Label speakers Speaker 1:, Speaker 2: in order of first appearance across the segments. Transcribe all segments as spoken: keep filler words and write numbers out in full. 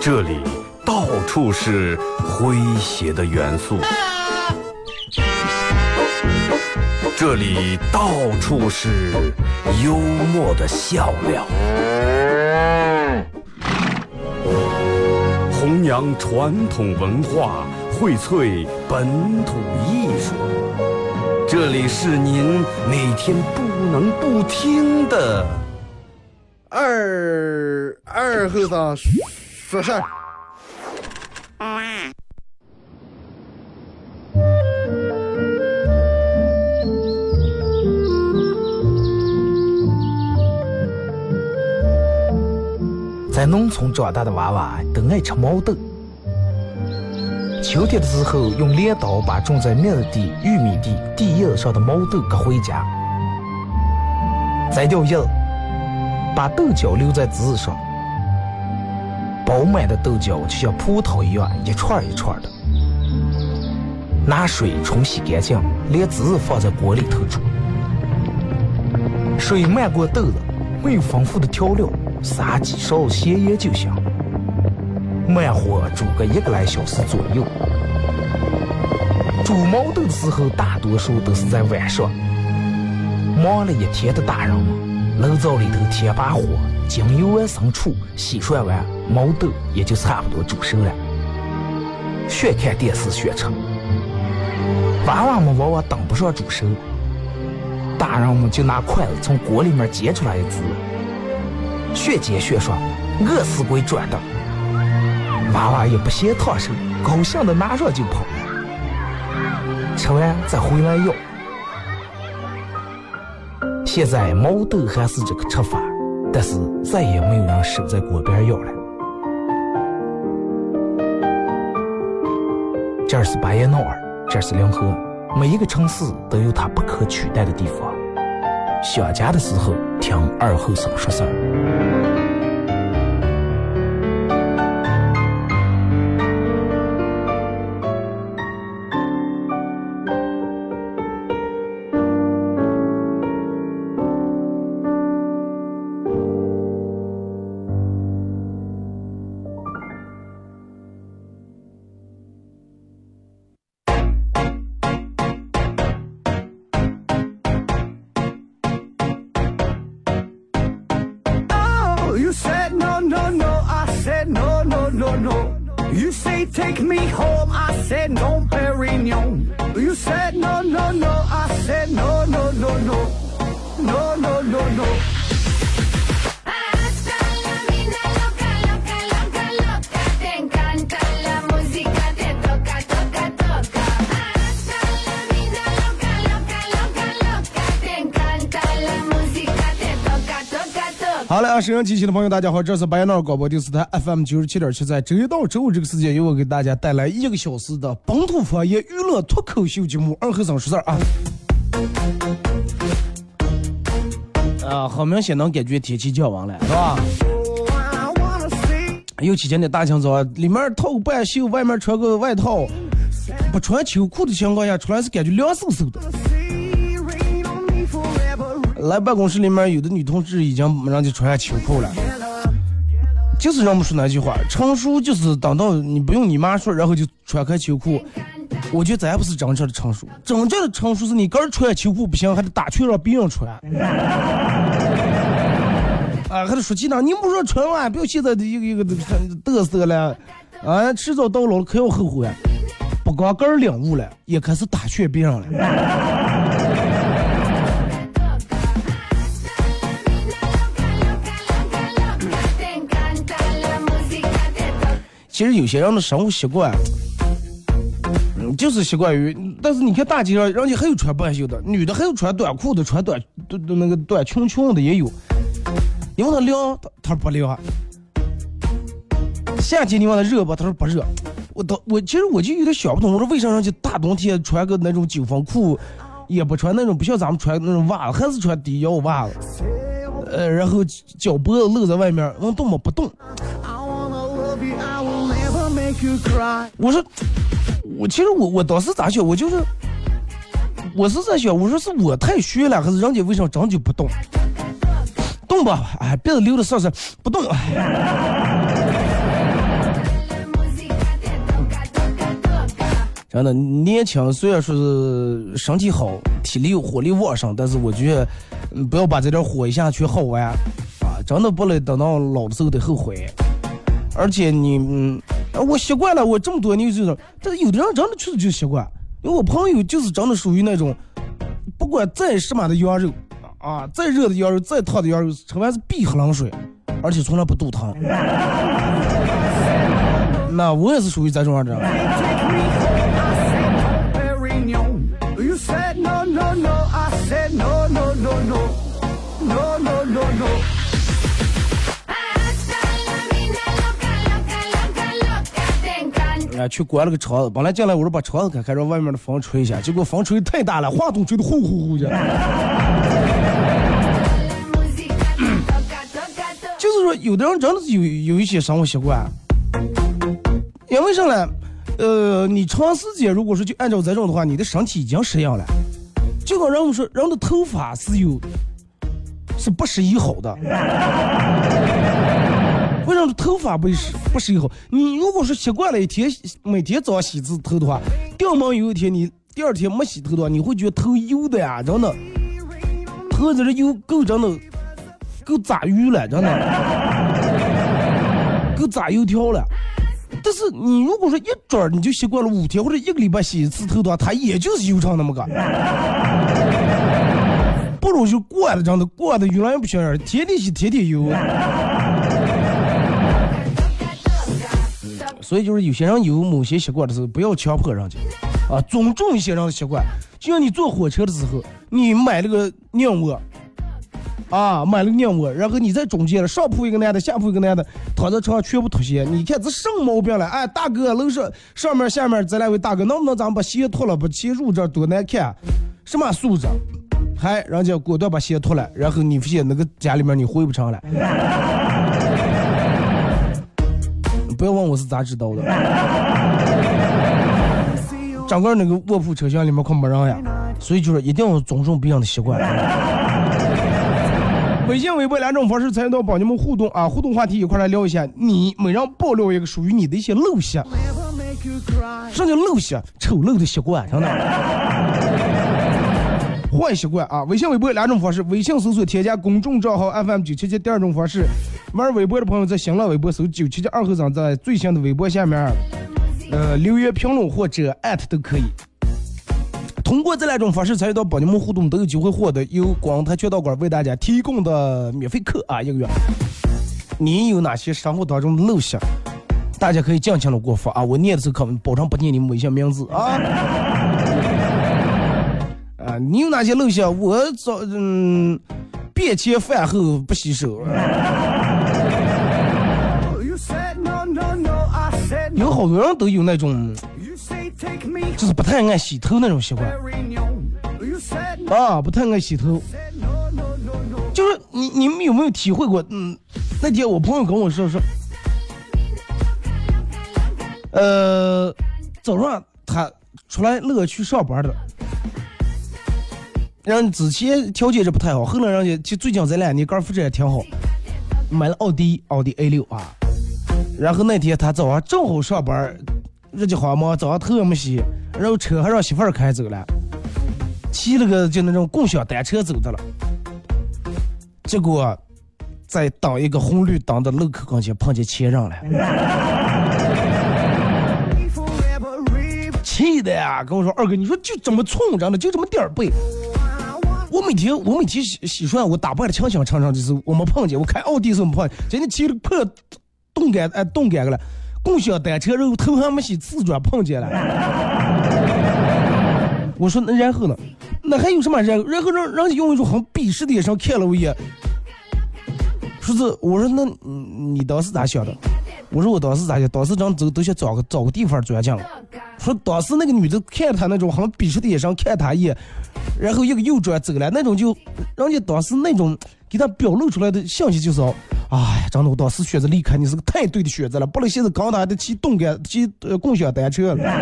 Speaker 1: 这里到处是诙谐的元素，这里到处是幽默的笑料，弘扬传统文化，荟萃本土艺术。这里是您每天不能不听的
Speaker 2: 二二后生说事儿。
Speaker 3: 在农村长大的娃娃都爱吃毛豆。秋天的时候，用镰刀把种在麦子地、玉米地地叶子上的毛豆割回家，摘掉叶子，把豆角留在籽上。饱满的豆角就像葡萄一样，一串一串的。拿水冲洗干净，连籽放在锅里头煮。水漫过豆子，没有丰富的调料，撒几勺咸盐就行。慢火煮个一个来小时左右。煮毛豆的时候，大多数都是在晚上。忙了一天的大人们，炉灶里头添把火，将油完生出，洗涮完，毛豆也就差不多煮熟了。学看电视学吃，娃娃们往往等不上煮熟，大人们就拿筷子从锅里面接出来一只，学接学涮，饿死鬼转的。娃娃也不嫌烫手，高兴的拿上就跑了，吃完再回来要。现在毛豆还是这个吃法，但是再也没有人守在锅边要了。这儿是巴彦淖尔，这儿是临河，每一个城市都有它不可取代的地方。想家的时候听二后生说事儿。
Speaker 4: You say take me home, I said no, Perignon. You said no, no, no, I said no, no, no, no, no, no, no, no.
Speaker 5: Hasta la vida loca, loca, loca, loca. Te encanta la música, te toca, toca, toca. Hasta la vida loca, loca, loca, loca. Te encanta la música, te toca, toca, toca.
Speaker 2: 好了，收音机前的朋友，大家好，这是白杨闹广播电视台 F M 九十七点七，在周一到周五这个时间，由我给大家带来一个小时的本土方言娱乐脱口秀节目《二和尚说事儿》啊。啊，很明显能感觉天气降温了，是吧？尤其今天大清早，里面套个半袖，外面穿个外套，不穿秋裤的情况下，出来是感觉凉飕飕的。来办公室里面有的女同志已经让你穿下秋裤了，就是让我们说那句话，成熟就是等到你不用你妈说，然后就穿开秋裤。我觉得咱不是真正的成熟，真正的成熟是你个人穿秋裤不行，还得打趣让别人穿。啊，还得说起呢，你不说穿完，不要现在的一个一个嘚瑟了，啊，迟早到老了可要后悔。不光个人领悟了，也开始打趣别人了。其实有些人的生活习惯，嗯，就是习惯于，但是你看大街上，人家还有穿半袖的，女的还有穿短裤的，穿短短那个短裙裙的也有。你问他凉，他他说不凉。夏天你问他热吧，他说不热。我都我其实我就有点想不通，我说为啥人家大冬天穿个那种九分裤，也不穿那种不像咱们穿那种袜子，还是穿低腰袜子，呃，然后脚脖子露在外面，能动吗？不动。我说，我其实我我当时咋想，我就是，我是在想，我说是我太虚了，还是人家为啥真就不动？动吧，哎，别子溜的上上不动。 真的，年轻虽然说是身体好，体力火力旺盛，但是我觉得，嗯，不要把这点火一下去耗完，啊，真的不能等到老的时候得后悔。而且你，嗯，我习惯了，我这么多年这种，但是有的人真的确实就习惯，因为我朋友就是真的属于那种，不管再什么的羊肉，啊，再热的羊肉，再烫的羊肉，吃完是必喝冷水，而且从来不肚疼。那我也是属于这种人。
Speaker 4: You said no no no, I said no no no no no no no no.
Speaker 2: 啊，去关了个窗子，本来进来我说把窗子开开，让外面的风吹一下，结果风吹太大了，话筒吹得呼呼呼的。就是说，有的人真的是有有一些生活习惯，因为啥呢？呃，你长时间如果说就按照这种的话，你的身体已经适应了。就跟人们说，人的头发是有是不适宜好的。为什么头发不适不适宜好？你如果说习惯了一天每天早上洗一次头的话，掉毛有一天你第二天没洗头的话，你会觉得头油的呀，真的，头在这油够真的够炸鱼了，真的够炸油条了。但是你如果说一准你就习惯了五天或者一个礼拜洗一次头的话，它也就是油长那么个，不如就惯的，真的惯的越来越不行人，天天洗天天油。所以就是有些人有某些习惯的时候，不要强迫人家啊，尊重一些人的习惯。就像你坐火车的时候，你买了个尿窝。啊，买了个尿窝，然后你在中间了，上铺一个男的，下铺一个男的，躺在床上全部脱鞋。你看这什么毛病了？哎，大哥，楼上上面下面这两位大哥，能不能咱们把鞋脱了，把鞋入这多难看？什么素质？还人家果断把鞋脱了，然后你发现那个家里面你回不成了。不要问我是咋知道的。整个那个卧铺车厢里面快没人呀，所以就是一定要尊重别人的习惯。微信微博两种方式参与到帮你们互动啊，互动话题一块来聊一下，你每人爆料一个属于你的一些陋习。什么叫陋习？丑陋的习惯，真的。坏习惯啊！微信微博两种方式，微信搜索添加公众账号 F M 九七七，第二种方式，玩微博的朋友在新浪微博搜九七七二和尚，在最新的微博下面，呃，留言评论或者艾特都可以。通过这两种方式参与到帮你们互动，都有机会获得由广泰拳道馆为大家提供的免费课啊，一个月。你有哪些生活当中的陋习？大家可以尽情的给我发啊，我念的时候可保证不念你们微信名字啊。啊，你有哪些陋习？我早嗯，便前饭后不洗手。有好多人都有那种。就是不太爱洗头那种习惯啊，不太爱洗头。就是你你们有没有体会过？嗯，那天我朋友跟我说说，呃，早上他出来乐去上班的，然后之前条件是不太好，后来人家就最近这两年高尔夫车也挺好，买了奥迪奥迪 A 六啊。然后那天他早上正好上班。日记好嘛，早上头也没洗，然后车还让媳妇儿开走了，骑了个就那种共享单车走的了。结果在等一个红绿灯的路口跟前碰见前任了，气的呀！跟我说二哥，你说就这么冲着呢，就这么点儿背。我每天我每天洗洗涮，我打扮的清清常常的时候，我没碰见，我开奥迪的时候没碰见，今天骑了破动感哎动感了。共享单车，然后头还没洗，自转碰见了。我说那然后呢？那还有什么然后？然后让让你用一种很鄙视的眼神看了我一眼，说是我说那你当时咋想的？我说我当时咋想？当时咱走都想找个找个地方钻进了。说当时那个女的看他那种很鄙视的眼神看他一眼，然后一个右转走了，那种就人家当时那种给他表露出来的信息就是哦。哎呀，张总，当时选择离开你是个太对的选择了，不然现在刚才还得骑动感骑呃共享单车了。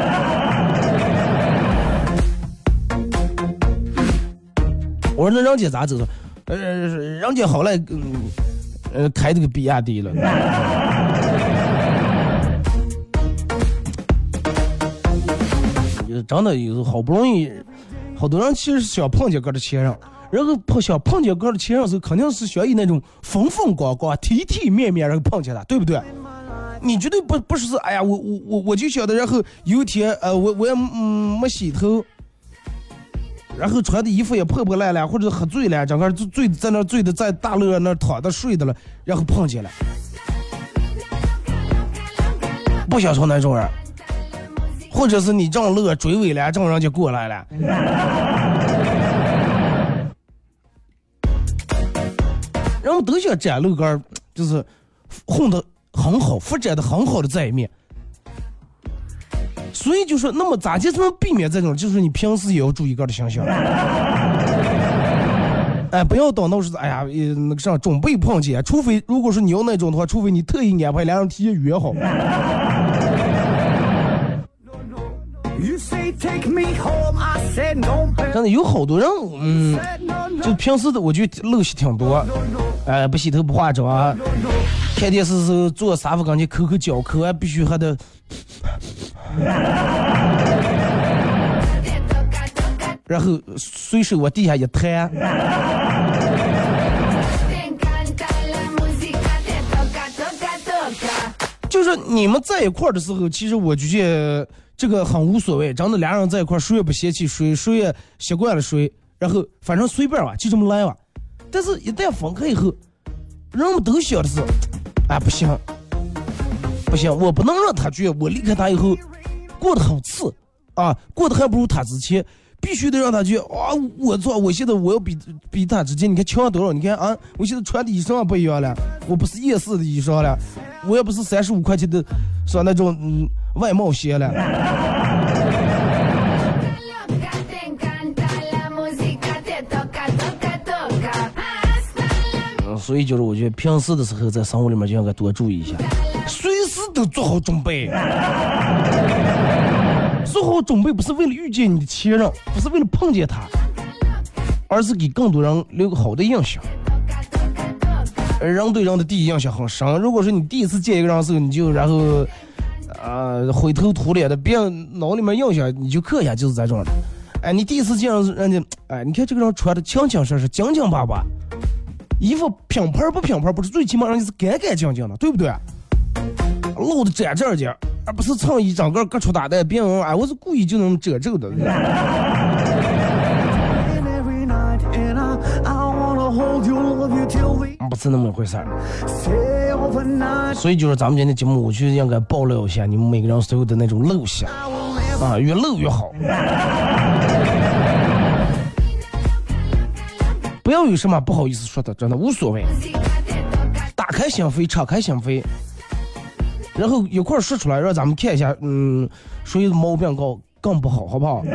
Speaker 2: 我说那人家咋走的？呃，人家好赖嗯呃开这个比亚迪了。 真的有好不容易，好多人其实是想碰见个的前任，然后碰想碰见个的前任时候，肯定是想以那种风风光光、体体面面然后碰见他，对不对？你绝对不不是哎呀，我我我我就晓得，然后有一天呃，我我也嗯没洗头，然后穿的衣服也破破烂烂，或者喝醉了，整个醉在那醉的在大路上那躺着睡的了，然后碰见了，不想成那种人。或者是你正乐追尾了，正人家过来了，人们都想展露个就是混得很好、发展的很好的这一面。所以就说，那么咋就能避免这种？就是你平时也要注意个的形象。哎，不要等到是哎呀，那个啥准备碰见，除非如果是你要那种的话，除非你特意安排两人提前约好。真的有好多人，嗯，就平时的我就陋习挺多，哎、呃，不洗头不化妆，看电视时候坐沙发跟前抠抠脚抠啊，必须还得，然后随手往地下一摊。就是你们在一块儿的时候，其实我觉得这个很无所谓，真的俩人在一块儿，谁也不嫌弃谁，谁也习惯了谁，然后反正随便吧，就这么来吧。但是，一旦分开以后，人们都想的是，哎，不行，不行，我不能让他觉得我离开他以后过得很次啊，过得还不如他之前。必须得让他觉得啊、哦，我操！我现在我要比比他之前，你看强多少？你看啊，我现在穿的衣裳不一样了，我不是夜市的衣裳了，我也不是三十五块钱的，说那种嗯外贸鞋了。嗯，所以就是我觉得平时的时候在生活里面就应该多注意一下，随时都做好准备。做好准备不是为了遇见你的前任，不是为了碰见他，而是给更多人留个好的印象。而人对人的第一印象很深，如果说你第一次见一个人的时候，你就然后呃灰头土脸的，别人脑里面印象你就刻下就是这种的。哎，你第一次见人家，哎，你看这个人穿的清清实实、紧紧巴巴，衣服品牌不品牌不是，最起码人家是干干净净的，对不对？露的展这儿，而不是蹭一整个各处打带，别人哎，我是故意就能遮皱的。不是那么回事儿。所以就是咱们今天的节目，我觉得应该爆料一下你们每个人所有的那种陋习啊，越露越好。不要有什么不好意思说的，真的无所谓。打开心扉，敞开心扉。然后一块说出来，让咱们看一下，嗯，谁的毛病更更不好，好不好？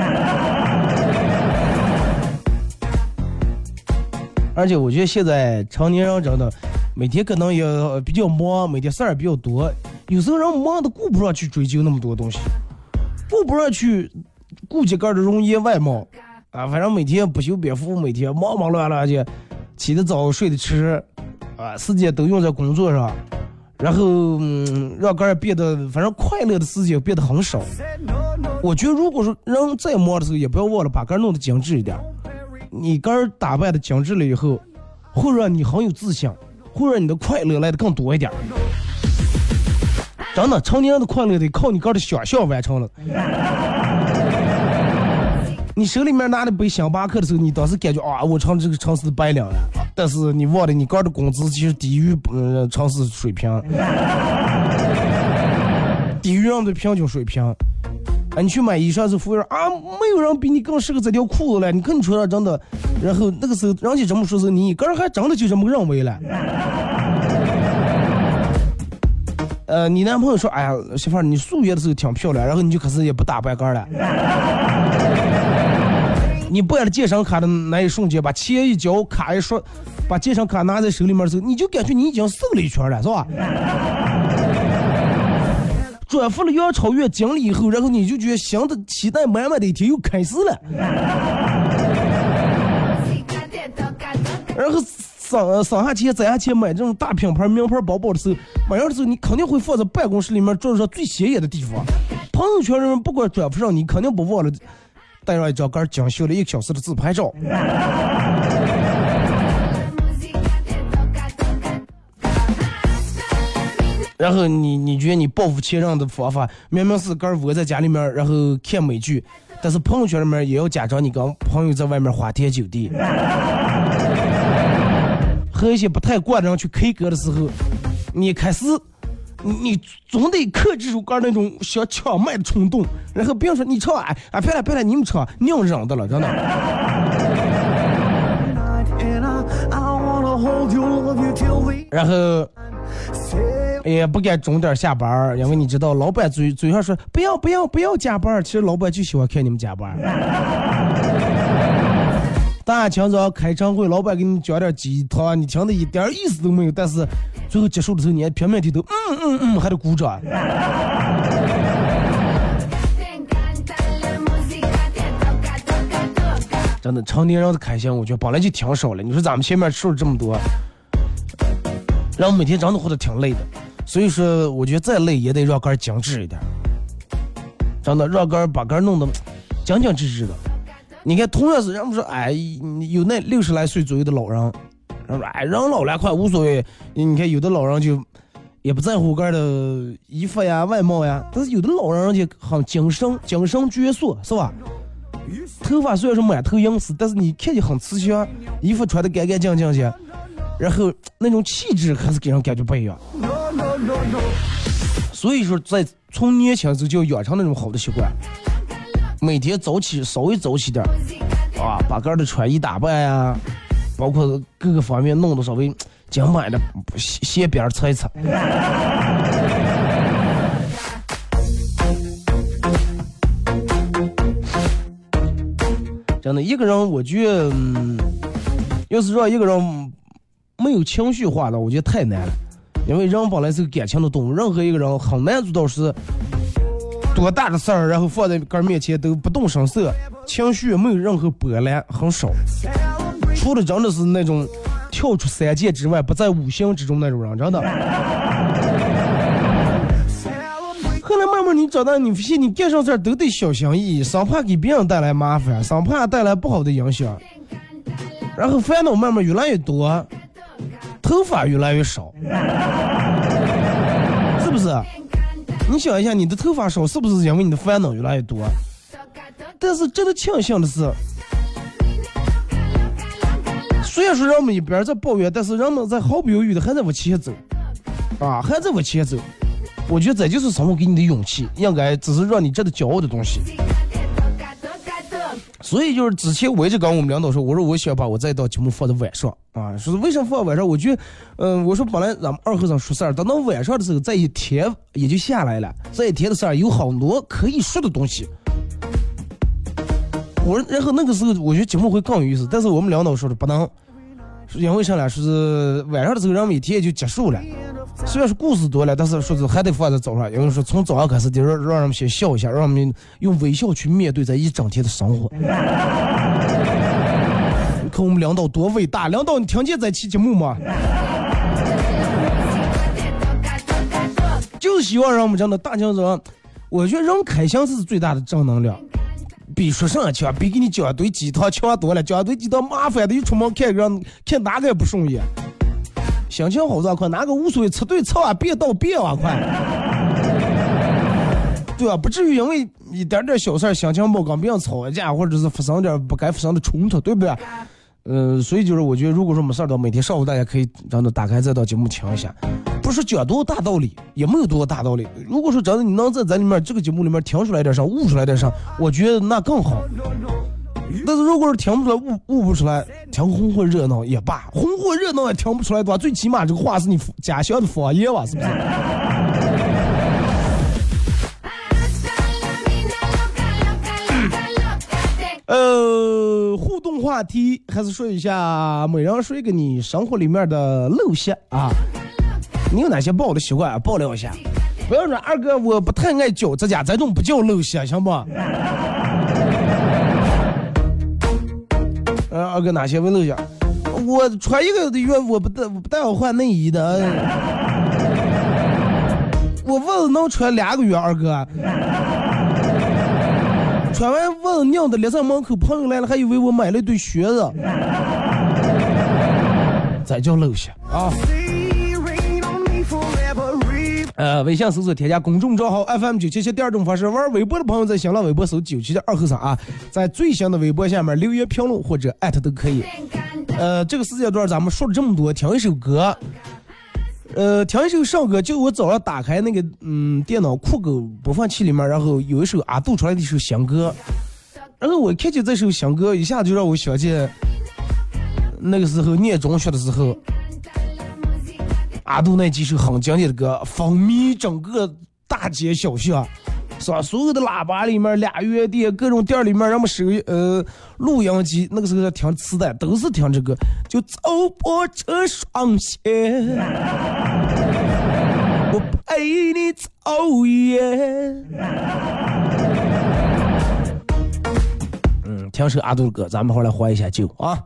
Speaker 2: 而且我觉得现在成年人真的每天可能也比较忙，每天事儿比较多，有时候人忙的顾不上去追究那么多东西，顾不上去顾及个的容颜外貌啊，反正每天不修边幅，每天忙忙乱乱的，起得早睡得迟啊，时间都用在工作上。然后，嗯，让个人变得，反正快乐的时间变得很少。我觉得，如果说人再忙的时候，也不要忘了把个人弄得精致一点。你个人打扮的精致了以后，会让你很有自信，会让你的快乐来的更多一点。真的，成年人的快乐得靠你个人的想象完成了。你手里面拿的杯星巴克的时候，你当时感觉啊，我成这个城市的白领了。但是你忘了，你个人的工资其实低于呃城市水平，低于人的平均水平。啊，你去买衣裳是服务员啊，没有人比你更适合这条裤子了。你看你穿上真的，然后那个时候人家这么说时候，你个人还真的就这么认为了。呃，你男朋友说，哎呀，媳妇儿，你素颜的时候挺漂亮，然后你就开始也不打扮杆了。你办了健身卡的那一瞬间，把钱一交，卡一说，把健身卡拿在手里面的时候，你就感觉你已经瘦了一圈了，是吧？转服了杨超越经历以后，然后你就觉得新的期待满满的一天又开始了。然后省省下钱，攒下钱买这种大品牌名牌包包的时候，买样的时候你肯定会放在办公室里面桌子上最显眼的地方。 朋友圈人不管转不上，你肯定不忘了带上一张杆讲修了一个小时的自拍照。然后你你觉得你报复前任的方法，明明是杆窝在家里面，然后看美剧，但是朋友圈里面也要假装你跟朋友在外面花天酒地，和一些不太惯的人去 K 歌的时候，你开始你你总得克制住杆那种想抢麦的冲动，然后别人说你唱啊啊别来别来你们唱，你要忍的了，真的。然后也不该钟点下班，因为你知道老板嘴嘴上说不要不要不要加班，其实老板就喜欢看你们加班。大清早开晨会，老板给你讲点鸡汤，你听的一点意思都没有，但是最后结束的时候你还拼命低头，嗯嗯嗯，还得鼓掌。真的成年人的开心，我觉得本来就挺少了。你说咱们前面说了这么多，让我每天真的活得挺累的。所以说，我觉得再累也得让杆精致一点，真的让杆把杆弄得精精致致的。你看，同样是人们说，哎，有那六十来岁左右的老人，人说，哎，人老来快无所谓。你看，有的老人就也不在乎杆的衣服呀、外貌呀，但是有的老人就很精神、精神矍铄，是吧？头发虽然是满头银丝，但是你看起很慈祥，衣服穿得干干净净些，然后那种气质还是给人感觉不一样。所以说，在从年轻时就要养成那种好的习惯，每天早起稍微早起点啊，把个人的穿衣打扮呀，包括各个方面弄得稍微精满的，斜边擦一擦。真的，一个人我觉得、嗯，要是让一个人没有情绪化的，我觉得太难了。因为人本来是个感情的动物，任何一个人很难做到是多大的事儿，然后放在个人面前都不动声色，情绪没有任何波澜，很少。除了真的是那种跳出三界之外，不在五行之中那种人，真的。后来慢慢你长大，你发现你干上事儿都得小心翼翼，生怕给别人带来麻烦，生怕带来不好的影响，然后烦恼慢慢越来越多，头发越来越少，是不是？你想一下，你的头发少，是不是因为你的烦恼越来越多？但是值得庆幸的是，虽然说人们一边在抱怨，但是人们在毫不犹豫的还在往前走，啊，还在往前走。我觉得这就是生活给你的勇气，应该只是让你值得骄傲的东西。所以就是之前我一直跟我们领导说，我说我想把我这道节目放在晚上啊，说是为什么放晚上？我觉得，嗯、呃，我说本来咱们二和尚说事儿，等到晚上的时候，这一天也就下来了，这一天的事儿有很多可以说的东西。我然后那个时候我觉得节目会更有意思，但是我们领导说的不能，因为啥呢？说是晚上的时候，咱们一天也就结束了。虽然是故事多了，但是说是还得放在早上，因为说从早上开始得让让人们先笑一下，让人们用微笑去面对这一整天的生活。你看我们领导多伟大，领导你听见这期节目吗？就是希望让我们这样的大清早，我觉得人开心是最大的正能量，比说上强，比给你讲一堆鸡汤强多了，讲一堆鸡汤麻烦的，一出门看让看哪个也不顺眼。心情好咋快，哪个无所谓，吃对吃啊，别到别啊快，对啊，不至于因为一点点小事心情不跟别人吵架，或者是发生点不该发生的冲突，对不对？嗯、呃，所以就是我觉得，如果说没事的，每天上午大家可以真的打开这道节目听一下，不是讲多大道理，也没有多大道理。如果说真的你能在咱里面这个节目里面听出来点啥，悟出来点啥，我觉得那更好。但是如果是听不出来悟悟不出来，听红火热闹也罢，红火热闹也听不出来的话，最起码这个话是你家乡的方言吧，是不是？呃，互动话题还是说一下，每人说一个你生活里面的陋习啊，你有哪些不好的习惯啊？爆料一下，不要说二哥我不太爱嚼指甲，这种不叫陋习，行不？呃，二哥哪些为陋习？我穿一个月我不带我不带我换内衣的，我问能穿两个月，二哥。 穿完袜子尿的，列在门口，朋友来了还以为我买了一对靴子，再叫露下啊！呃，微信搜索添加公众账号 F M 九七七，第二种方式，玩微博的朋友在新浪微博搜九七七二和尚啊，在最新的微博下面留言评论或者艾特都可以。呃，这个时间段咱们说了这么多，听一首歌。呃，听一首上歌，就我早上打开那个嗯电脑酷狗播放器里面，然后有一首阿杜出来的一首新歌，然后我看见这首新歌，一下就让我想起那个时候念中学的时候，阿杜那几首很经典的歌，风靡整个大街小巷，是吧？所有的喇叭里面、俩乐店、各种店里面，人们收呃录音机，那个时候听磁带都是听这个，就走过这双鞋，我陪你走远。嗯，听首阿杜的歌，咱们后来怀一下旧啊。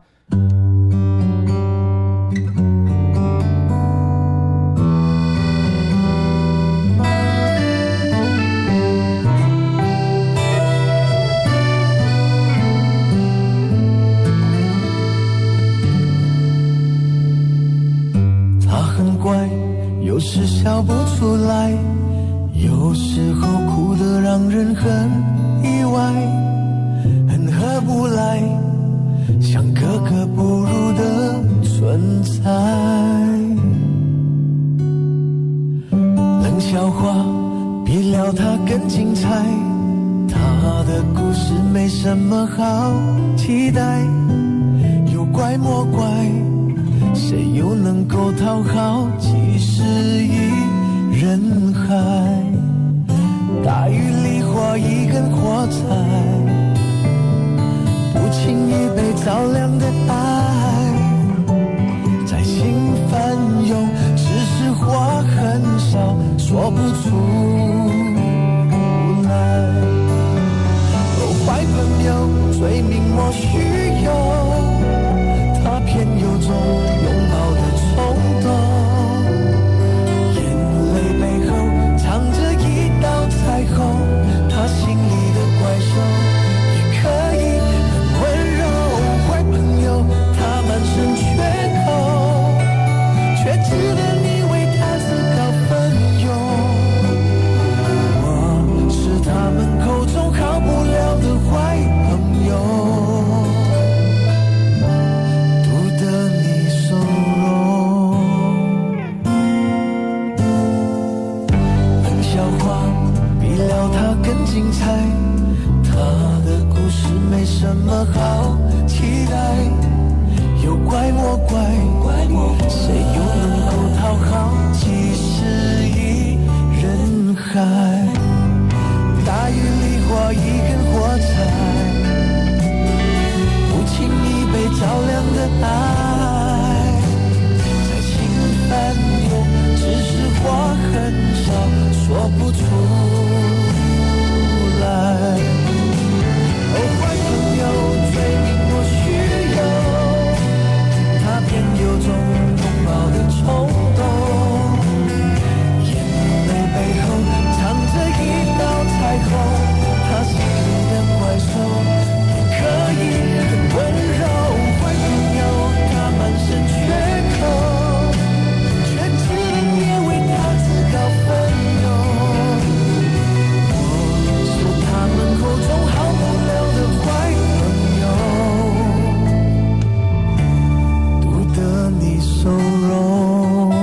Speaker 6: 有时笑不出来，有时候哭得让人很意外，很合不来，像格格不入的存在。冷笑话比聊他更精彩，他的故事没什么好期待，有怪莫怪，谁又能够讨好几十亿人海？大雨里画一根火柴，不轻易被照亮的爱，在心翻涌，只是话很少，说不出来。哦，坏朋友罪名莫须有，他偏有种拥抱的冲动，眼泪背后藏着一道彩虹，他心里的怪兽也可以很温柔。坏朋友他满身缺口，却值得你为他自告奋勇。我是他们口中好不了的坏朋友，更精彩，他的故事没什么好期待，有怪莫怪，谁又能够讨好几十亿人海？大雨里画一根火柴，不轻易被照亮的爱，在心翻涌，只是话很少，说不出来。哦，坏朋友罪名莫须有，他偏有种拥抱的冲动，眼泪背后藏着一道彩虹，他心里的怪兽也可以很温柔。坏朋友他满身缺口，却值得你为他自告奋勇。他们口中好不了的坏朋友，独得你收容。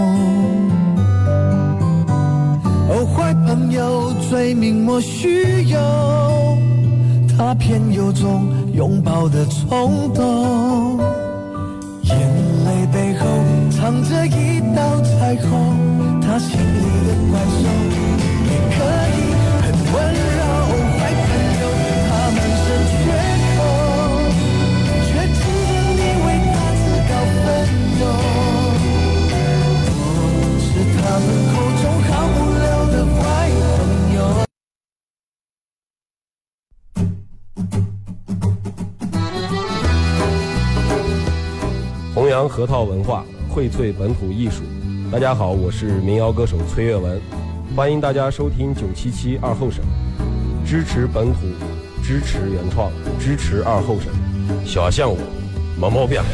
Speaker 6: 哦，坏朋友罪名莫须有，他偏有种拥抱的冲动，眼泪背后藏着一道彩虹，他心里的怪兽也可以很温柔。他们口中好不了的坏朋友。
Speaker 7: 弘扬核桃文化，荟萃本土艺术。大家好，我是民谣歌手崔月文，欢迎大家收听九七七二后省，支持本土， 支持原创，支持二后生，想象我没毛病。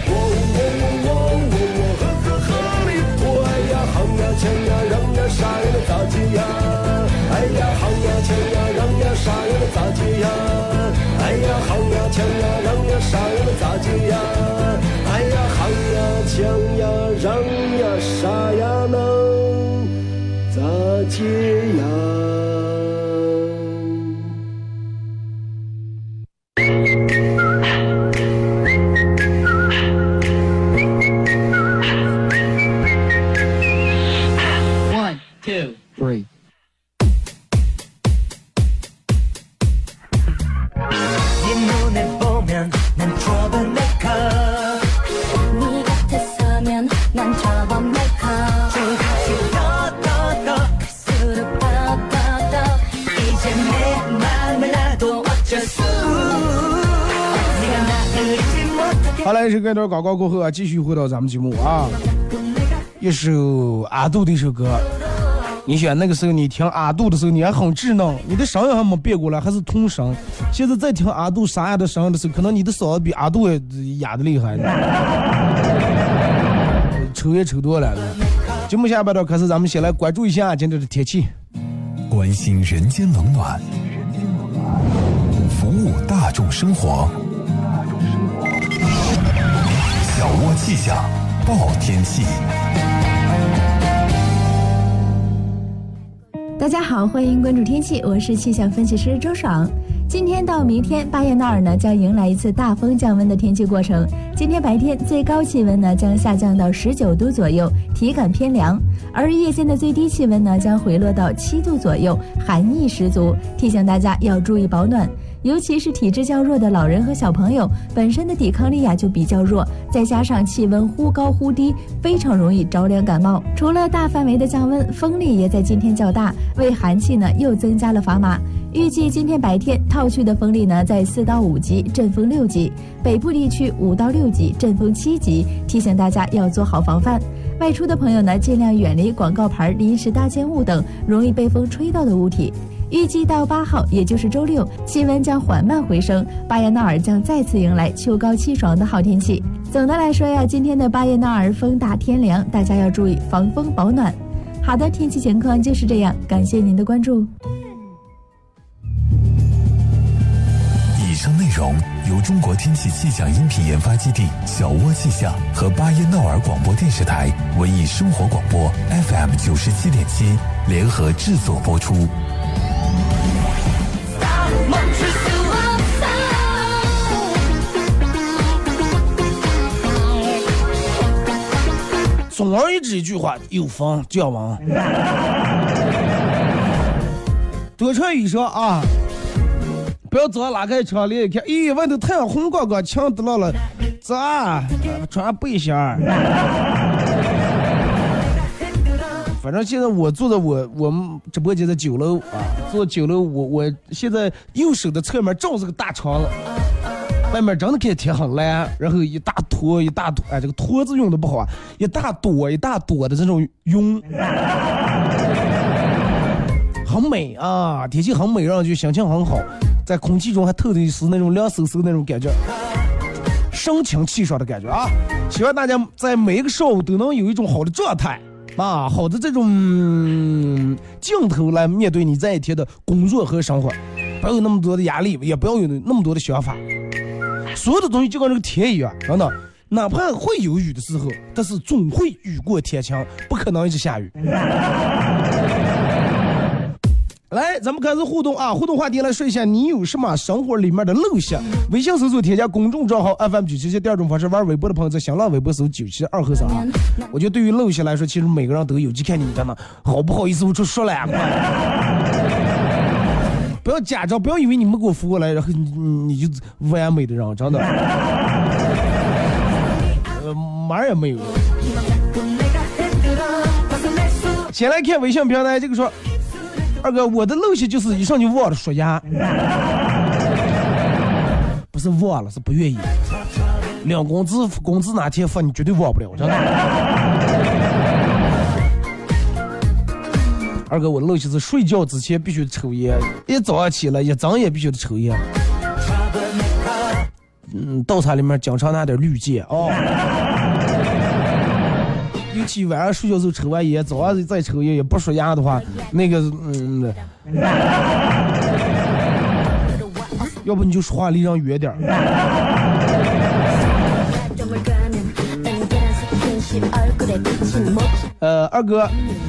Speaker 6: 行呀抢呀让呀杀呀的咋接呀？哎呀行呀抢呀让呀杀呀的咋接呀？哎呀行呀抢呀让呀杀呀的咋接呀？哎呀行呀抢呀让呀杀呀能咋接呀？
Speaker 2: 好来，是这段广告过后啊，继续回到咱们节目啊。一首阿杜的一首歌，你选那个时候你听阿杜的时候，你还很稚嫩，你的声音还没变过来，还是童声。现在再听阿杜沙哑的声音的时候，可能你的嗓子比阿杜哑的厉害。抽也抽多了。节目下半段开始，咱们先来关注一下今天的天气，
Speaker 8: 关心人间冷暖，服务大众生活。小窝气象报天气。
Speaker 9: 大家好，欢迎关注天气，我是气象分析师周爽。今天到明天，巴彦淖尔呢将迎来一次大风降温的天气过程。今天白天最高气温呢将下降到十九度左右，体感偏凉，而夜间的最低气温呢将回落到七度左右，寒意十足，提醒大家要注意保暖。尤其是体质较弱的老人和小朋友，本身的抵抗力呀就比较弱，再加上气温忽高忽低，非常容易着凉感冒。除了大范围的降温，风力也在今天较大，为寒气呢又增加了砝码。预计今天白天套区的风力呢在四到五级，阵风六级；北部地区五到六级，阵风七级，提醒大家要做好防范。外出的朋友呢，尽量远离广告牌、临时搭建物等容易被风吹到的物体。预计到八号，也就是周六，气温将缓慢回升，巴彦淖尔将再次迎来秋高气爽的好天气。总的来说呀，今天的巴彦淖尔风大天凉，大家要注意防风保暖。好的，天气情况就是这样，感谢您的关注。
Speaker 8: 以上内容由中国天气气象音频研发基地小窝气象和巴彦淖尔广播电视台文艺生活广播 F M 九十七点七联合制作播出。
Speaker 2: 总而言之一句话，有风就要往多穿雨裳啊，不要早拉开窗帘一看，咦，外头太阳红光光，墙得了了，咋穿背心儿？反正现在我坐在我我们直播间的九楼啊，坐九楼，我我现在右手的侧面正是个大窗子，外面真的看天很蓝，然后一大坨一大坨，哎，这个坨字用的不好啊，一大朵一大朵的这种云，很美啊，天气很美，让人就心情很好，在空气中还透着一丝那种凉飕飕那种感觉，神清气爽的感觉啊！希望大家在每一个上午都能有一种好的状态。啊，好的这种、嗯、镜头来面对你这一天的工作和生活，不要有那么多的压力，也不要有那么多的想法。所有的东西就跟这个天一样，真的，哪怕会有雨的时候，但是总会雨过天晴，不可能一直下雨。来，咱们开始互动啊！互动话题来说一下，你有什么生活里面的陋习？微信搜索添加公众账号 F M 九七七，第二种方式玩微博的朋友在新浪微博搜九七二和尚啊。我觉得对于陋习来说，其实每个人都有，就看你真的好不好意思我就说了呀，不要假装，不要以为你们给我扶过来，然后你你就完美的人，真的，呃，马儿也没有。先来看微信平台，这个说。二哥，我的陋习就是一上就忘了刷牙，不是忘了，是不愿意。领工资，工资哪天发你绝对忘不了，真的。二哥，我的陋习是睡觉之前必须抽烟，一早上起来一睁眼必须得抽烟。 嗯，倒茶里面经常拿点绿芥哦。尤其晚上睡觉时候抽完烟，早上再抽烟也不刷牙的话，那个嗯，要不你就说话离人远点儿。呃，二哥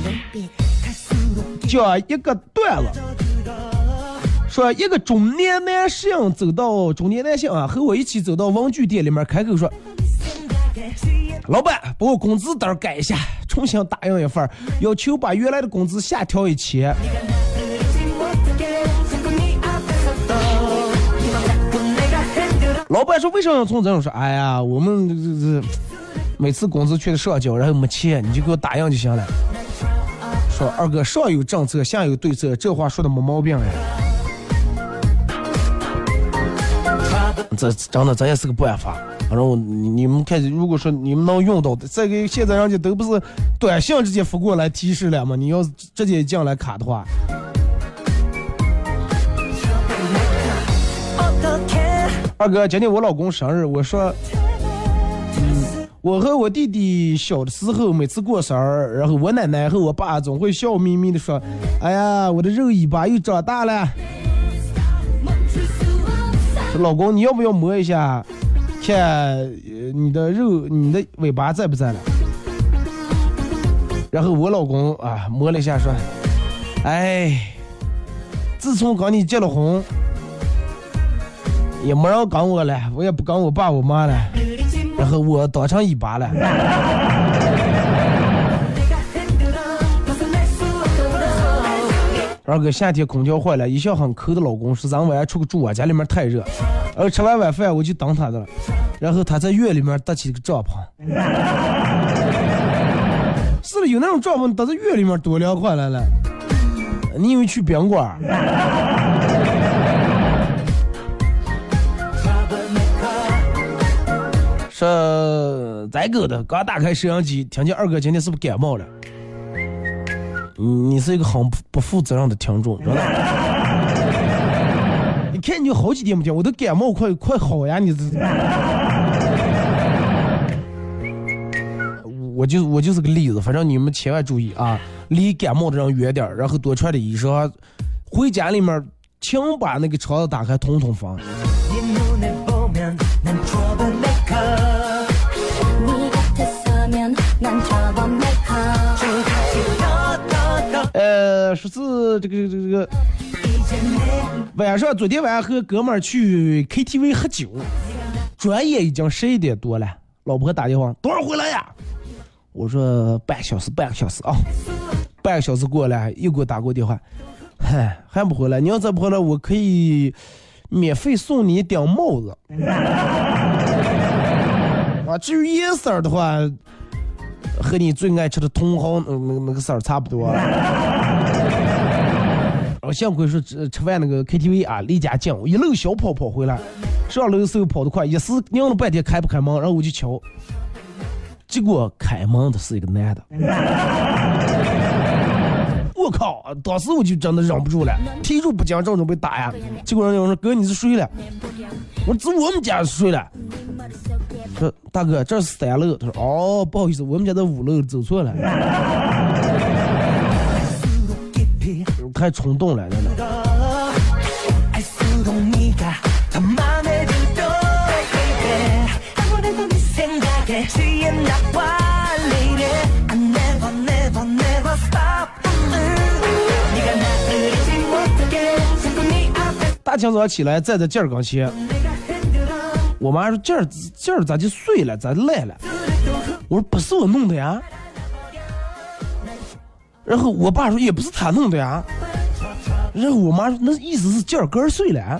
Speaker 2: 讲一个段子，说一个中年男性走到中年男性啊，和我一起走到文具店里面，开口说：“老板，把我工资单改一下，重新打印一份，要求把原来的工资下调一千。”老板说：“为什么要从这种说？哎呀，我们这这每次工资缺的上交，然后没钱，你就给我打印就行了。”说二哥，上有政策，下有对策，这话说的没毛病呀。这真的这也是个办法。然后你们看，如果说你们能用到的，这个现在人家都不是短信直接发过来提示了吗？你要直接进来卡的话。二哥，今天我老公生日，我说，嗯，我和我弟弟小的时候，每次过生日，然后我奶奶和我爸总会笑眯眯的说：“哎呀，我的肉尾巴又长大了。”说老公，你要不要摸一下，看、呃、你的肉，你的尾巴在不在了？然后我老公啊摸了一下，说：“哎，自从跟你结了婚。”也没人跟我了，我也不跟我爸我妈了，然后我当成一把了。二哥，夏天空调坏了，一向很抠的老公说咱晚上出去住啊，家里面太热，然后吃完晚饭我就等他的了，然后他在院里面搭起个帐篷。是了，有那种帐篷搭在院里面多凉快来了，你以为去宾馆？说咱哥的刚打开摄像机，听见二哥今天是不是感冒了？你是一个很不负责任的听众，真的。你看你有好几天没听，我都感冒快快好呀！你这，我就我就是个例子，反正你们千万注意啊，离感冒的人远点，然后多穿点衣裳，回家里面请把那个窗子打开通通风。呃，说是这个这个这个晚上，昨天晚上和哥们儿去 K T V 喝酒，转眼已经十一点多了。老婆打电话，多少回来呀？我说半个小时，半个小时啊，半个小时过来又给我打过电话，嗨，还不回来？你要再不回来，我可以免费送你一顶帽子。啊，至于颜色的话，和你最爱吃的茼蒿那那那个色儿差不多。我幸亏说吃吃完那个 K T V 啊，离家近，我一路小跑跑回来，上楼时候跑得快，一时拧了半天开不开门，然后我就瞧，结果开门的是一个男的。我靠！当时我就真的忍不住了，提出不讲正准备打呀。结果人家说：“哥，你是睡了？”我说：“这我们家是睡了。”说：“大哥，这是三楼。”他说：“哦，不好意思，我们家在五楼，走错了。”太冲动了，真的。大清早起来站在镜儿跟前，我妈说：“镜儿镜儿咋就碎了，咋烂了？”我说：“不是我弄的呀。”然后我爸说：“也不是他弄的呀。”然后我妈说：“那意思是镜儿根碎了。”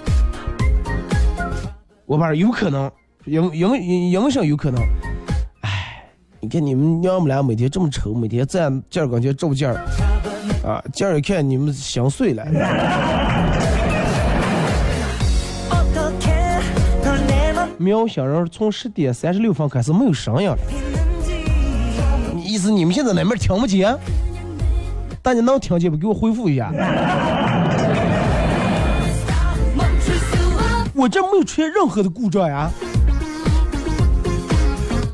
Speaker 2: 我爸说：“有可能，影影影响有可能。”哎，你看你们娘们俩每天这么丑，每天站镜儿跟前照镜儿，啊，镜儿一看你们心碎了。喵小人从十点三十六分开始没有声音了，你意思你们现在哪面听不见？大家能听见不？给我回复一下。我这没有出现任何的故障呀。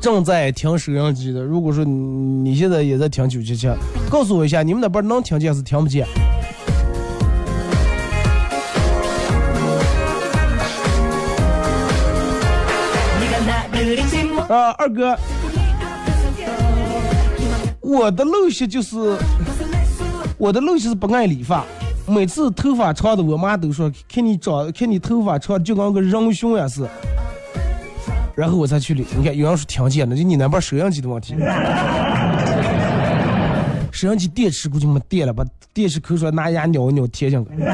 Speaker 2: 正在听收音机的，如果说你现在也在听九七七，告诉我一下，你们那边能听见还是听不见？啊，二哥，我的陋习就是我的陋习是不爱理发，每次头发长的，我妈都说看你长，看你头发长就跟个人熊也是，然后我才去理。你看有人说听见了，就你那边收音机的问题，收音机电池估计没电了，把电池抠出来拿牙咬一咬贴上去。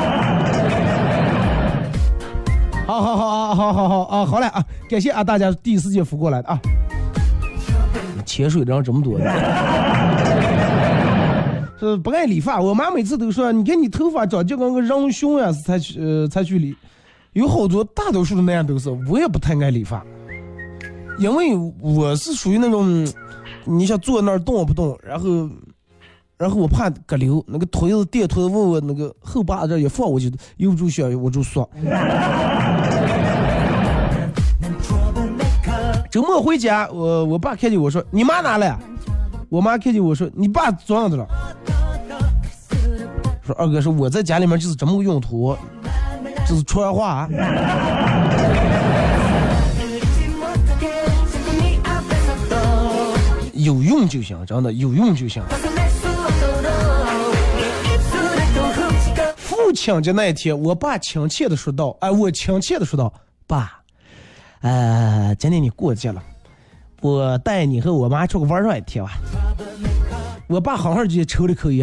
Speaker 2: 好好好好好好啊，好嘞啊！感谢啊大家第一时间扶过来的啊。潜水的人这么多的，是不爱理发。我妈每次都说，你看你头发长就跟个人熊呀，才去呃才去理。有好多大多数的那样都是，我也不太爱理发，因为我是属于那种，你想坐那儿动不动，然后。然后我怕割流，那个腿子垫腿子问我那个后把这一放，我就由不住血，我就缩。周末回家，我我爸看见我说：“你妈哪来？”我妈看见我说：“你爸怎样的了？”说二哥说我在家里面就是这么个用途，就是传话。有用就行，真的有用就行。父亲节那一天，我爸亲切的说道：“哎，我亲切的说道，爸，呃，今天你过节了，我带你和我妈出去玩上一天吧。”我爸好好就抽了口烟，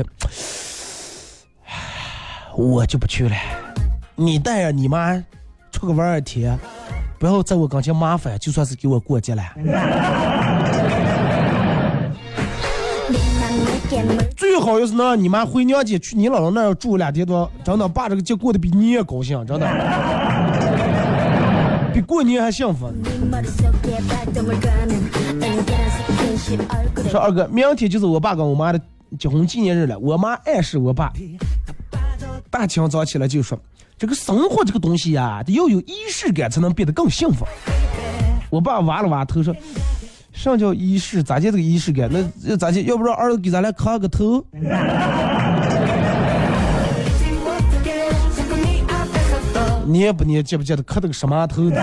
Speaker 2: 我就不去了，你带着你妈出去玩一天，不要在我跟前麻烦，就算是给我过节了。最好要是能让你妈回娘家去你姥姥那儿住两天多，真的爸这个节过得比你也高兴，真的比过年还幸福。说二哥，明天就是我爸跟我妈的结婚纪念日了，我妈暗示我爸大清早起来就说，这个生活这个东西呀、啊，得要有仪式感才能变得更幸福。我爸挖了挖头说，上叫仪式，咋接这个仪式感？那咋接？要不让儿子给咱来磕个头？你也不你也记不记得磕的个什么头的？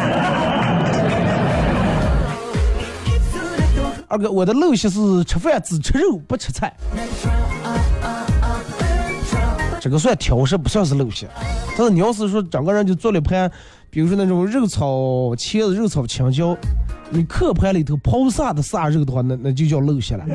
Speaker 2: 二哥，我的陋习是吃饭只吃肉不吃菜，这个算挑食，不算是陋习。但是你要是说整个人就做了一盘，比如说那种肉炒茄子、肉炒青椒。你客盘里头抛撒的撒肉的话，那那就叫陋习了。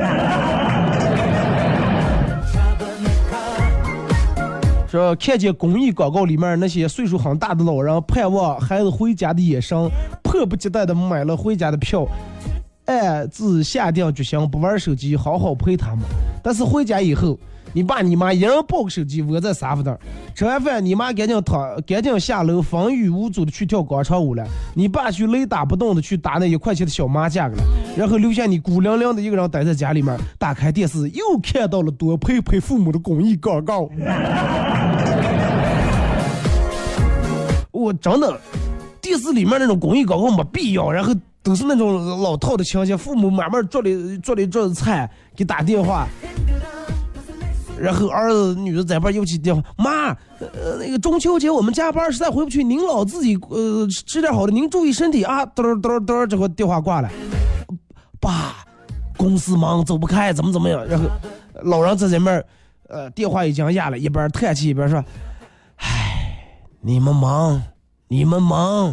Speaker 2: 说看见公益广告里面那些岁数很大的老人盼望孩子回家的眼神，迫不及待的买了回家的票，暗自下定决心不玩手机，好好陪他们。但是回家以后，你爸你妈一人抱个手机窝在沙发那儿，吃完饭你妈赶紧躺赶紧下楼风雨无阻的去跳广场舞了，你爸去雷打不动的去打那一块钱的小麻将了，然后留下你孤零零的一个人待在家里面，打开电视又看到了多陪陪父母的公益广告。我真的电视里面那种公益广告没必要，然后都是那种老套的情节，父母慢慢做了做了一桌子菜给打电话，然后儿子女儿在边又起电话，妈，呃，那个中秋节我们加班实在回不去，您老自己呃吃点好的，您注意身体啊。嘚嘚嘚，这会电话挂了，爸，公司忙走不开，怎么怎么样？然后老人在这面，呃，电话已经压了，一边叹气一边说，唉，你们忙，你们忙。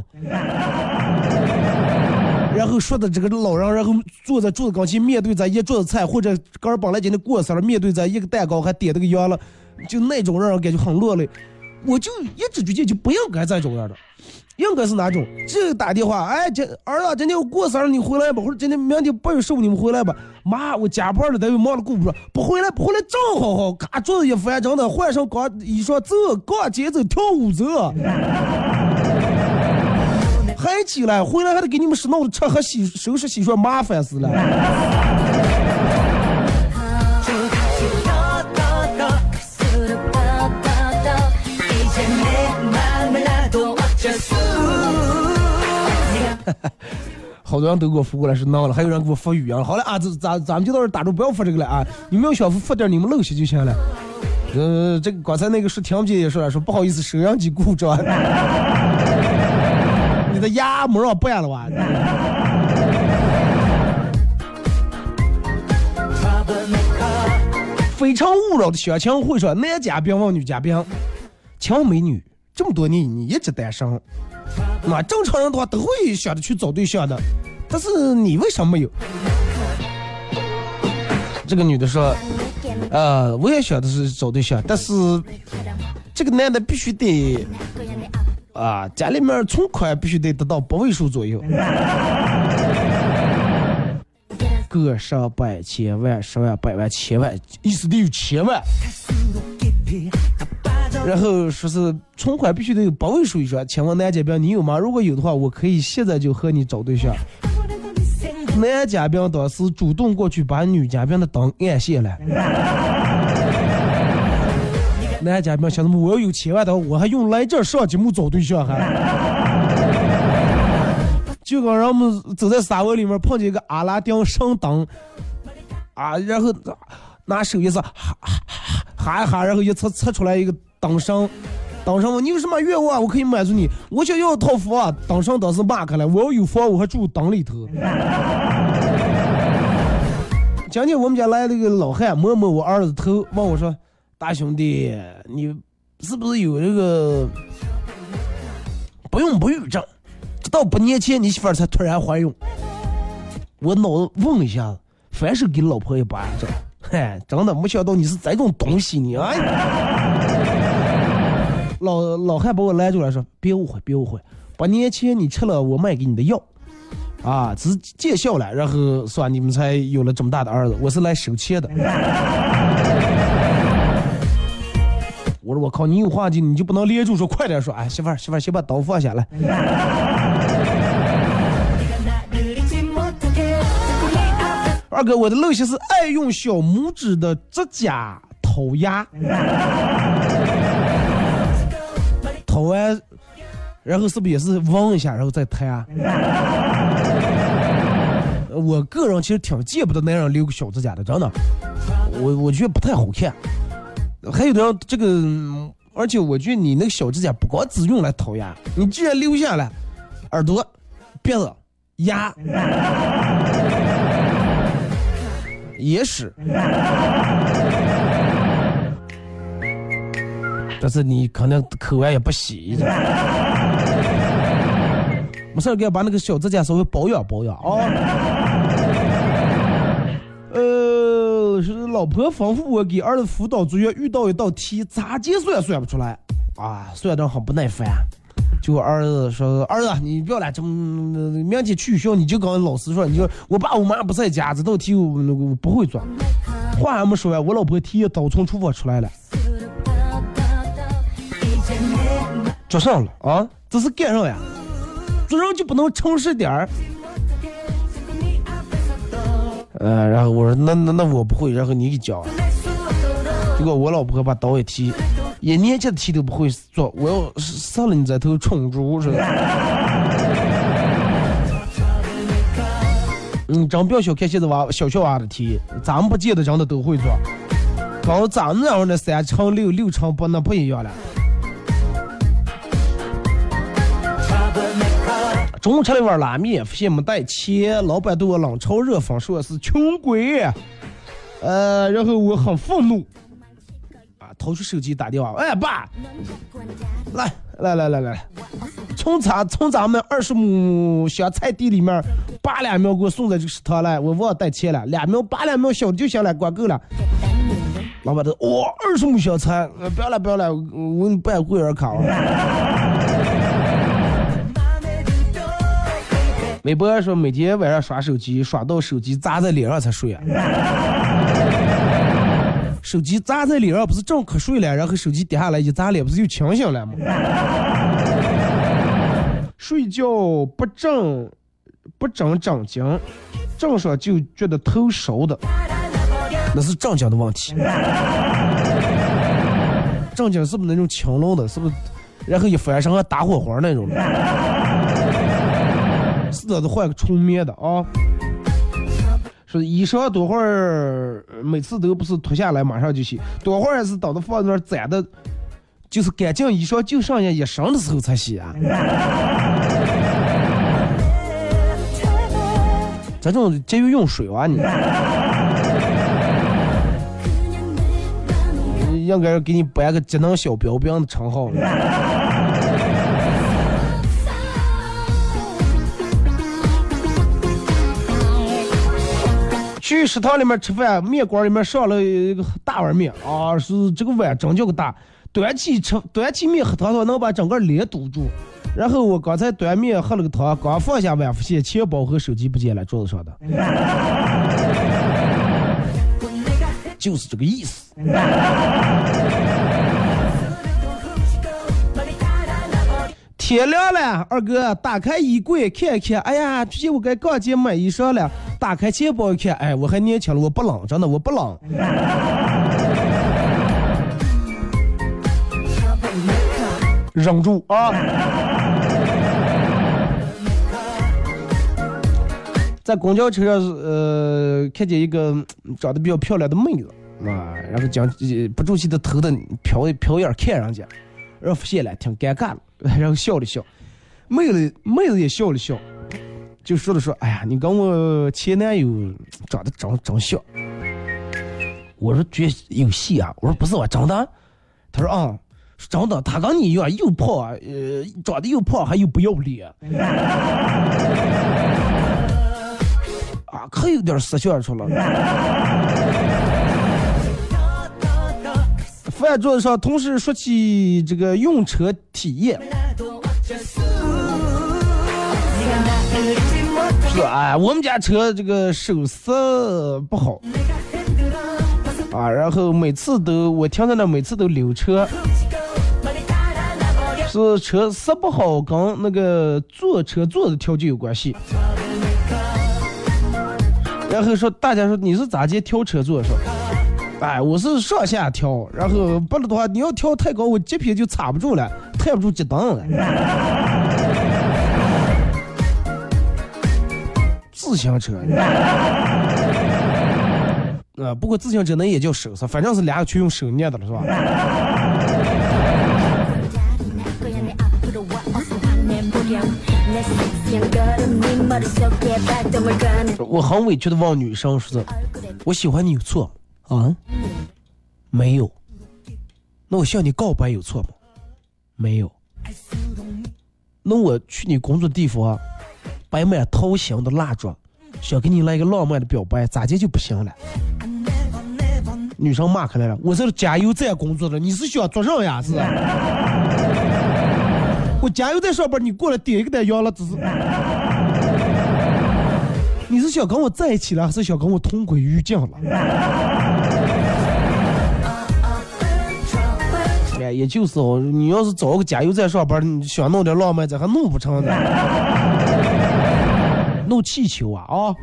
Speaker 2: 然后说的这个老人，然后坐在桌子跟前，面对着一桌子菜，或者刚儿本来今天过生日，面对着一个蛋糕，还点这个样了，就那种让人感觉很落泪。我就一直觉得就不应该这种样的，应该是哪种？这个打电话，哎，这儿子今天我过生日，你回来吧，或者今天明天八月十五你们回来吧。妈，我加班了，单位忙了顾不上，不回来不回来正好好，嘎桌子一翻，真的换上刚衣裳走，刚节奏跳舞走。还起来，回来还得给你们拾弄的吃和洗收拾洗涮，麻烦死了。好好多人都给我发过来是闹了，还有人给我发语音。好了啊，咱咱咱们就到这打住，不要发这个了啊！你们要想发点你们陋习就行了。呃，这个刚才那个是听不见也说了，说不好意思，收音机故障。你的牙没让掰了吧？非常勿扰的相亲会上，男嘉宾问女嘉宾：“请问美女，这么多年你一直单身？那正常人的话都会想着去找对象的，但是你为什么没有？”这个女的说：“呃，我也想的是找对象，但是这个男的必须得啊，家里面存款必须得得到八位数左右。”个上百千万十万百万千万，意思得有千万，然后说是存款必须得有八位数以上。请问男嘉宾你有吗？如果有的话，我可以现在就和你找对象。男嘉宾当时主动过去把女嘉宾的灯按熄了。男嘉宾想着我要有千万的，我还用来这上节目找对象还。就刚让我们走在沙漠里面碰见一个阿拉丁神灯啊，然后拿手一撒哈哈一哈，然后一测测出来一个灯神。灯神问你有什么愿望我可以满足你，我想要套房。灯神当时骂开了，我要有房我还住灯里头。今天我们家来了一个老汉摸摸我儿子头，问我说：“大兄弟，你是不是有这个不孕不育症？直到八年前你媳妇儿才突然怀孕。”我脑子嗡一下子，反手给老婆一巴掌。嗨，真的没想到你是这种东西你哎！老老汉把我拦住了，说：“别误会，别误会，八年前你吃了我卖给你的药，啊，只是见效了，然后是吧？你们才有了这么大的儿子，我是来收钱的。”我说我靠，你有话就你就不能连住说快点说，哎，媳妇儿媳妇儿先把刀放下来。二哥，我的陋习是爱用小拇指的指甲掏牙，掏完，然后是不是也是嗡一下，然后再弹？我个人其实挺见不得男人留个小指甲的，真的，我我觉得不太好看。还有的人这个，而且我觉得你那个小指甲不光只用来掏牙，你既然留下来，耳朵、鼻子、牙、也是，但是你可能口完也不洗，没事给把那个小指甲稍微保养保养啊。呃，是老婆吩咐我给儿子辅导作业，遇到一道题咋计算算不出来啊，算得很不耐烦。就我儿子说：“儿子，你不要来，这么明天去学校你就跟老师说，你就我爸我妈不在家，这道题我我不会做。”话还没说完，我老婆题早从厨房出来了，做上了啊，这是干上呀，做人就不能诚实点儿。呃，然后我说那那那我不会，然后你给教。结果我老婆把刀一提，一年级的题都不会做，我要杀了你这头蠢猪是吧？嗯，真不要小看现在娃小小娃的题，咱们不见得真的都会做，跟咱们那样的三乘六六乘八那不一样了。中午吃了一碗拉面，发现没带钱，老板对我冷嘲热讽，说是穷鬼。呃，然后我很愤怒，啊，掏出手机打电话，哎爸，来来来来来，从咱从咱们二十亩小菜地里面八两苗给我送在这个食堂来，我忘了带钱了，两苗八两苗小的就行了，管够了。老板都哇，二十亩小菜，呃，不要了不要了，我给你办会员卡了。微博说每天晚上刷手机，刷到手机砸在脸上才睡啊。手机砸在脸上不是正瞌睡了，然后手机跌下来一砸脸，不是就清醒了吗？睡觉不正不正正经，正上就觉得头烧的，那是正经的问题。正经是不是那种青龙的？是不是？然后一翻身还打火花那种的？ 适当的换个纯棉的啊。说衣裳多会儿，每次都不是脱下来马上就洗，多会儿是等到放在那儿攒的，就是干净衣裳就剩下一身的时候才洗啊。这种节约用水啊你。应该给你颁个节能小标兵的称号了。去食堂里面吃饭，面馆里面上了一个大碗面啊，是这个碗真叫个大，端起吃端起面喝汤汤能把整个脸堵住。然后我刚才端面喝了个汤，刚放下碗发现钱包和手机不见了，桌子上的。就是这个意思。天亮了，二哥，打开衣柜看看，哎呀，最近我该逛街买衣裳了。打开钱包一看，哎，我还年轻了，我不冷，真的我不冷。忍住啊！在公交车上，呃，看见一个长得比较漂亮的妹子啊，然后将不住气的头的瞟瞟眼看人家，然后发现了挺尴尬的，然后笑了笑，妹子妹子也笑了笑，就说了说，哎呀，你跟我前男友长得真真像。我说觉得有戏啊，我说不是我真的，他说啊、嗯，真的，他跟你一样又胖啊，呃，长得又胖还又不要脸。啊，可有点失笑出了。饭桌子上，同事说起这个用车体验，是哎，我们家车这个手色不好啊，然后每次都我停在那，每次都溜车，是车色不好跟那个坐车坐的条件有关系。然后说大家说你是咋接挑车座说，哎，我是上下挑，然后不然的话你要挑太高，我节片就插不住了，抬不住节灯了。自行车，啊，不过自行车那也叫手色，反正是俩去用手捏的了，是吧？我很委屈的问女生说：“我喜欢你有错啊？没有。那我向你告白有错吗？没有。那我去你工作地方，摆满桃香的蜡烛，想给你来一个浪漫的表白，咋接就不行了？”女生骂开来了：“我是加油站工作的，你是想做什么呀？是？我加油站上班，你过来点一个单阳了，只是。”你是想跟我在一起了，还是想跟我同归于尽了？哎，也就是哦，你要是找个加油站上班，你想弄点浪漫，这还弄不成的。弄气球啊啊！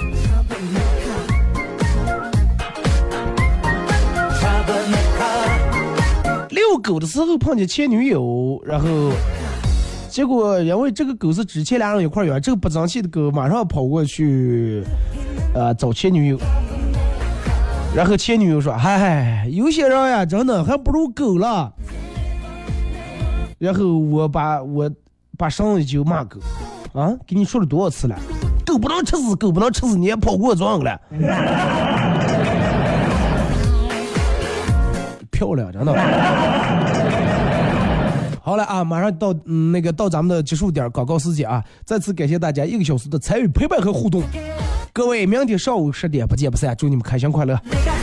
Speaker 2: 遛狗的时候碰见前女友，然后。结果因为这个狗是之前俩人一块养，这个不争气的狗马上跑过去呃找前女友，然后前女友说：“嗨，有些人呀真的还不如狗了。”然后我把我把上一句骂狗啊，给你说了多少次了，狗不能吃死，狗不能吃死，你也跑过撞了。漂亮，真的。好了啊，马上到、嗯、那个到咱们的结束点广告时间啊！再次感谢大家一个小时的参与陪伴和互动，各位，明天上午十点不见不散，祝你们开心快乐。